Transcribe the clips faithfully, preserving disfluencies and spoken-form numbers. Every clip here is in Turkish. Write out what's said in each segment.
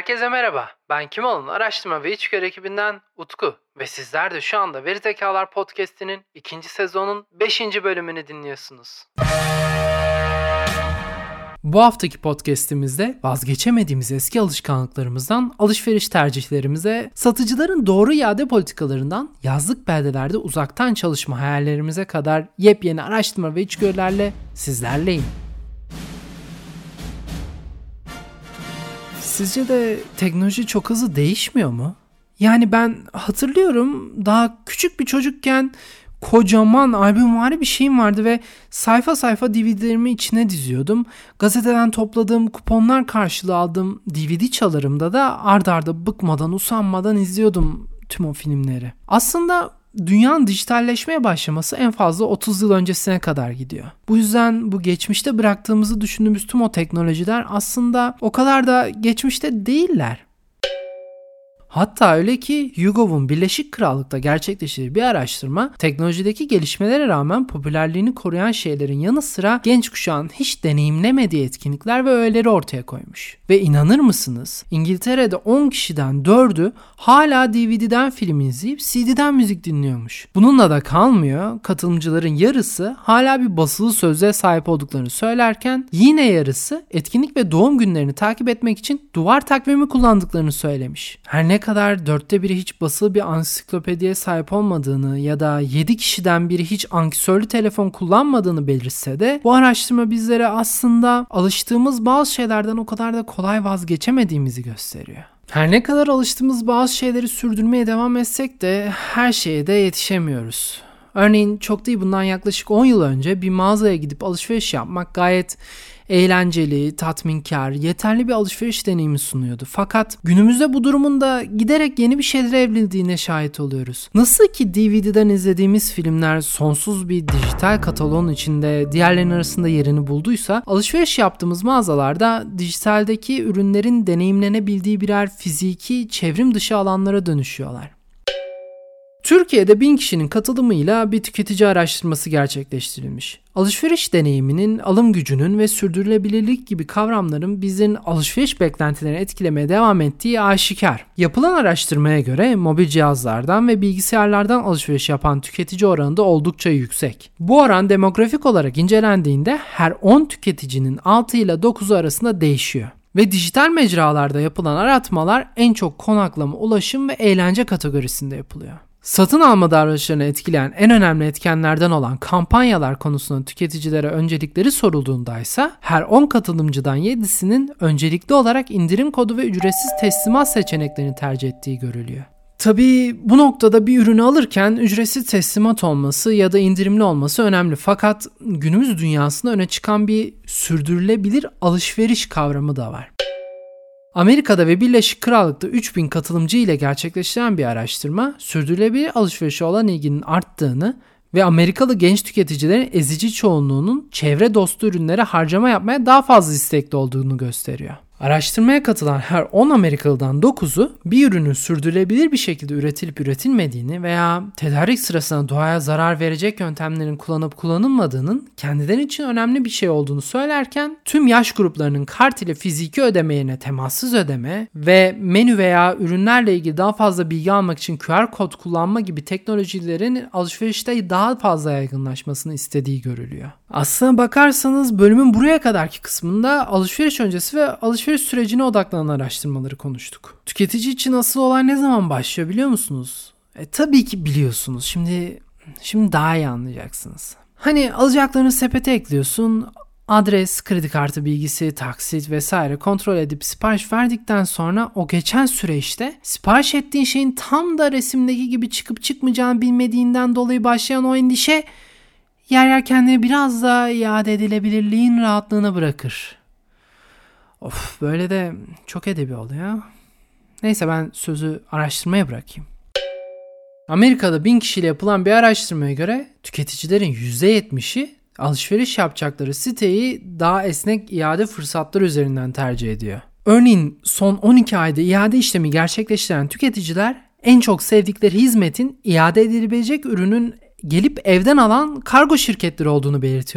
Herkese merhaba. Ben Kimoğlu'nun araştırma ve içgörü ekibinden Utku ve sizler de şu anda Veri Zekalar Podcast'inin ikinci sezonun beşinci bölümünü dinliyorsunuz. Bu haftaki podcast'imizde vazgeçemediğimiz eski alışkanlıklarımızdan alışveriş tercihlerimize, satıcıların doğru iade politikalarından yazlık beldelerde uzaktan çalışma hayallerimize kadar yepyeni araştırma ve içgörülerle sizlerleyim. Sizce de teknoloji çok hızlı değişmiyor mu? Yani ben hatırlıyorum daha küçük bir çocukken kocaman albümvari bir şeyim vardı ve sayfa sayfa D V D'lerimi içine diziyordum. Gazeteden topladığım kuponlar karşılığı aldığım D V D çalarımda da ard arda bıkmadan usanmadan izliyordum tüm o filmleri. Aslında dünyanın dijitalleşmeye başlaması en fazla otuz yıl öncesine kadar gidiyor. Bu yüzden bu geçmişte bıraktığımızı düşündüğümüz tüm o teknolojiler aslında o kadar da geçmişte değiller. Hatta öyle ki YouGov'un Birleşik Krallık'ta gerçekleştirdiği bir araştırma teknolojideki gelişmelere rağmen popülerliğini koruyan şeylerin yanı sıra genç kuşağın hiç deneyimlemediği etkinlikler ve öğeleri ortaya koymuş. Ve inanır mısınız? İngiltere'de on kişiden dördü hala D V D'den film izleyip C D'den müzik dinliyormuş. Bununla da kalmıyor. Katılımcıların yarısı hala bir basılı sözlüğe sahip olduklarını söylerken yine yarısı etkinlik ve doğum günlerini takip etmek için duvar takvimi kullandıklarını söylemiş. Her ne kadar dörtte biri hiç basılı bir ansiklopediye sahip olmadığını ya da yedi kişiden biri hiç ankesörlü telefon kullanmadığını belirtse de bu araştırma bizlere aslında alıştığımız bazı şeylerden o kadar da kolay vazgeçemediğimizi gösteriyor. Her ne kadar alıştığımız bazı şeyleri sürdürmeye devam etsek de her şeye de yetişemiyoruz. Örneğin çok değil bundan yaklaşık on yıl önce bir mağazaya gidip alışveriş yapmak gayet eğlenceli, tatminkar, yeterli bir alışveriş deneyimi sunuyordu. Fakat günümüzde bu durumun da giderek yeni bir şeylere evrildiğine şahit oluyoruz. Nasıl ki D V D'den izlediğimiz filmler sonsuz bir dijital kataloğun içinde diğerlerinin arasında yerini bulduysa, alışveriş yaptığımız mağazalarda dijitaldeki ürünlerin deneyimlenebildiği birer fiziki, çevrim dışı alanlara dönüşüyorlar. Türkiye'de bin kişinin katılımıyla bir tüketici araştırması gerçekleştirilmiş. Alışveriş deneyiminin, alım gücünün ve sürdürülebilirlik gibi kavramların bizlerin alışveriş beklentilerini etkilemeye devam ettiği aşikar. Yapılan araştırmaya göre mobil cihazlardan ve bilgisayarlardan alışveriş yapan tüketici oranı da oldukça yüksek. Bu oran demografik olarak incelendiğinde her on tüketicinin altı ile dokuzu arasında değişiyor. Ve dijital mecralarda yapılan aratmalar en çok konaklama, ulaşım ve eğlence kategorisinde yapılıyor. Satın alma davranışlarını etkileyen en önemli etkenlerden olan kampanyalar konusunda tüketicilere öncelikleri sorulduğunda ise her on katılımcıdan yedisinin öncelikli olarak indirim kodu ve ücretsiz teslimat seçeneklerini tercih ettiği görülüyor. Tabii bu noktada bir ürünü alırken ücretsiz teslimat olması ya da indirimli olması önemli. Fakat günümüz dünyasında öne çıkan bir sürdürülebilir alışveriş kavramı da var. Amerika'da ve Birleşik Krallık'ta üç bin katılımcı ile gerçekleştiren bir araştırma, sürdürülebilir alışverişe olan ilginin arttığını ve Amerikalı genç tüketicilerin ezici çoğunluğunun çevre dostu ürünlere harcama yapmaya daha fazla istekli olduğunu gösteriyor. Araştırmaya katılan her on Amerikalıdan dokuzu bir ürünün sürdürülebilir bir şekilde üretilip üretilmediğini veya tedarik sırasında doğaya zarar verecek yöntemlerin kullanıp kullanılmadığının kendileri için önemli bir şey olduğunu söylerken tüm yaş gruplarının kart ile fiziki ödeme yerine temassız ödeme ve menü veya ürünlerle ilgili daha fazla bilgi almak için Q R kod kullanma gibi teknolojilerin alışverişte daha fazla yaygınlaşmasını istediği görülüyor. Aslına bakarsanız bölümün buraya kadarki kısmında alışveriş öncesi ve alışveriş sürecine odaklanan araştırmaları konuştuk. Tüketici için asıl olay ne zaman başlıyor biliyor musunuz? E, tabii ki biliyorsunuz. Şimdi şimdi daha iyi anlayacaksınız. Hani alacaklarını sepete ekliyorsun. Adres, kredi kartı bilgisi, taksit vesaire kontrol edip sipariş verdikten sonra o geçen süreçte sipariş ettiğin şeyin tam da resimdeki gibi çıkıp çıkmayacağını bilmediğinden dolayı başlayan o endişe yer yer kendini biraz daha iade edilebilirliğin rahatlığına bırakır. Of, böyle de çok edebi oluyor. Neyse ben sözü araştırmaya bırakayım. Amerika'da bin kişiyle yapılan bir araştırmaya göre tüketicilerin yüzde yetmişi alışveriş yapacakları siteyi daha esnek iade fırsatları üzerinden tercih ediyor. Örneğin son on iki ayda iade işlemi gerçekleştiren tüketiciler en çok sevdikleri hizmetin iade edilebilecek ürünün gelip evden alan kargo şirketleri olduğunu belirtiyorlar.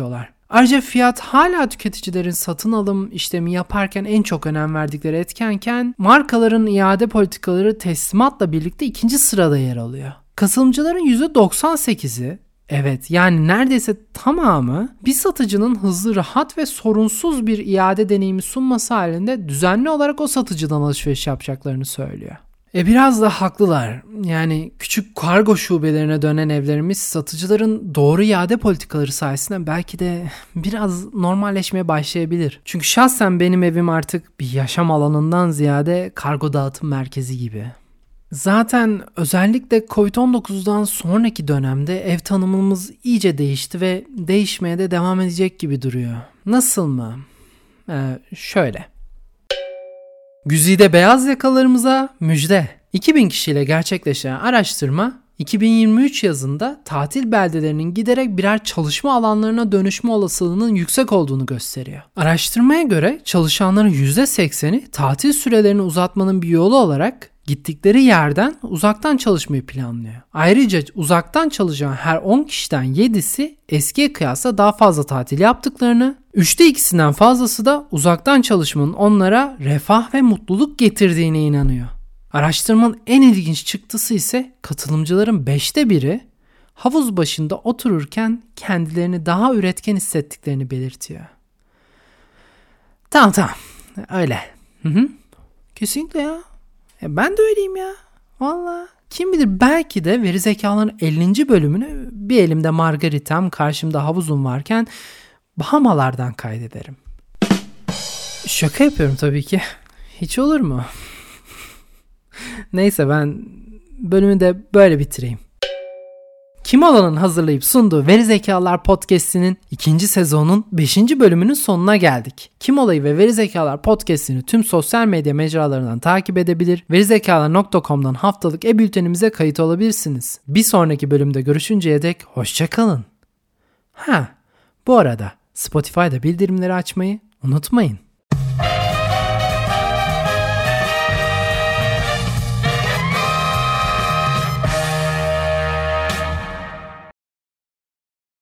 Ayrıca fiyat hala tüketicilerin satın alım işlemi yaparken en çok önem verdikleri etkenken markaların iade politikaları teslimatla birlikte ikinci sırada yer alıyor. Katılımcıların yüzde doksan sekizi, evet yani neredeyse tamamı bir satıcının hızlı, rahat ve sorunsuz bir iade deneyimi sunması halinde düzenli olarak o satıcıdan alışveriş yapacaklarını söylüyor. E biraz da haklılar. Yani küçük kargo şubelerine dönen evlerimiz satıcıların doğru iade politikaları sayesinde belki de biraz normalleşmeye başlayabilir. Çünkü şahsen benim evim artık bir yaşam alanından ziyade kargo dağıtım merkezi gibi. Zaten özellikle kovid on dokuzdan sonraki dönemde ev tanımımız iyice değişti ve değişmeye de devam edecek gibi duruyor. Nasıl mı? Ee, şöyle. Güzide beyaz yakalarımıza müjde. iki bin kişiyle gerçekleşen araştırma iki bin yirmi üç yazında tatil beldelerinin giderek birer çalışma alanlarına dönüşme olasılığının yüksek olduğunu gösteriyor. Araştırmaya göre çalışanların yüzde sekseni tatil sürelerini uzatmanın bir yolu olarak gittikleri yerden uzaktan çalışmayı planlıyor. Ayrıca uzaktan çalışan her on kişiden yedisi eskiye kıyasla daha fazla tatil yaptıklarını, üçte ikisinden fazlası da uzaktan çalışmanın onlara refah ve mutluluk getirdiğine inanıyor. Araştırmanın en ilginç çıktısı ise katılımcıların beşte biri havuz başında otururken kendilerini daha üretken hissettiklerini belirtiyor. Tamam tamam öyle. Hı hı. Kesinlikle ya. Ya ben de öyleyim ya. Valla. Kim bilir belki de veri zekaların ellinci bölümünü bir elimde margaritam, karşımda havuzum varken Bahamalardan kaydederim. Şaka yapıyorum tabii ki. Hiç olur mu? Neyse ben bölümü de böyle bitireyim. Kimolan'ın hazırlayıp sunduğu Veri Zekalar Podcast'inin ikinci sezonun beşinci bölümünün sonuna geldik. Kimola'yı ve Veri Zekalar Podcast'ini tüm sosyal medya mecralarından takip edebilir, verizekalar nokta com'dan haftalık e-bültenimize kayıt olabilirsiniz. Bir sonraki bölümde görüşünceye dek hoşça kalın. Ha, bu arada Spotify'da bildirimleri açmayı unutmayın.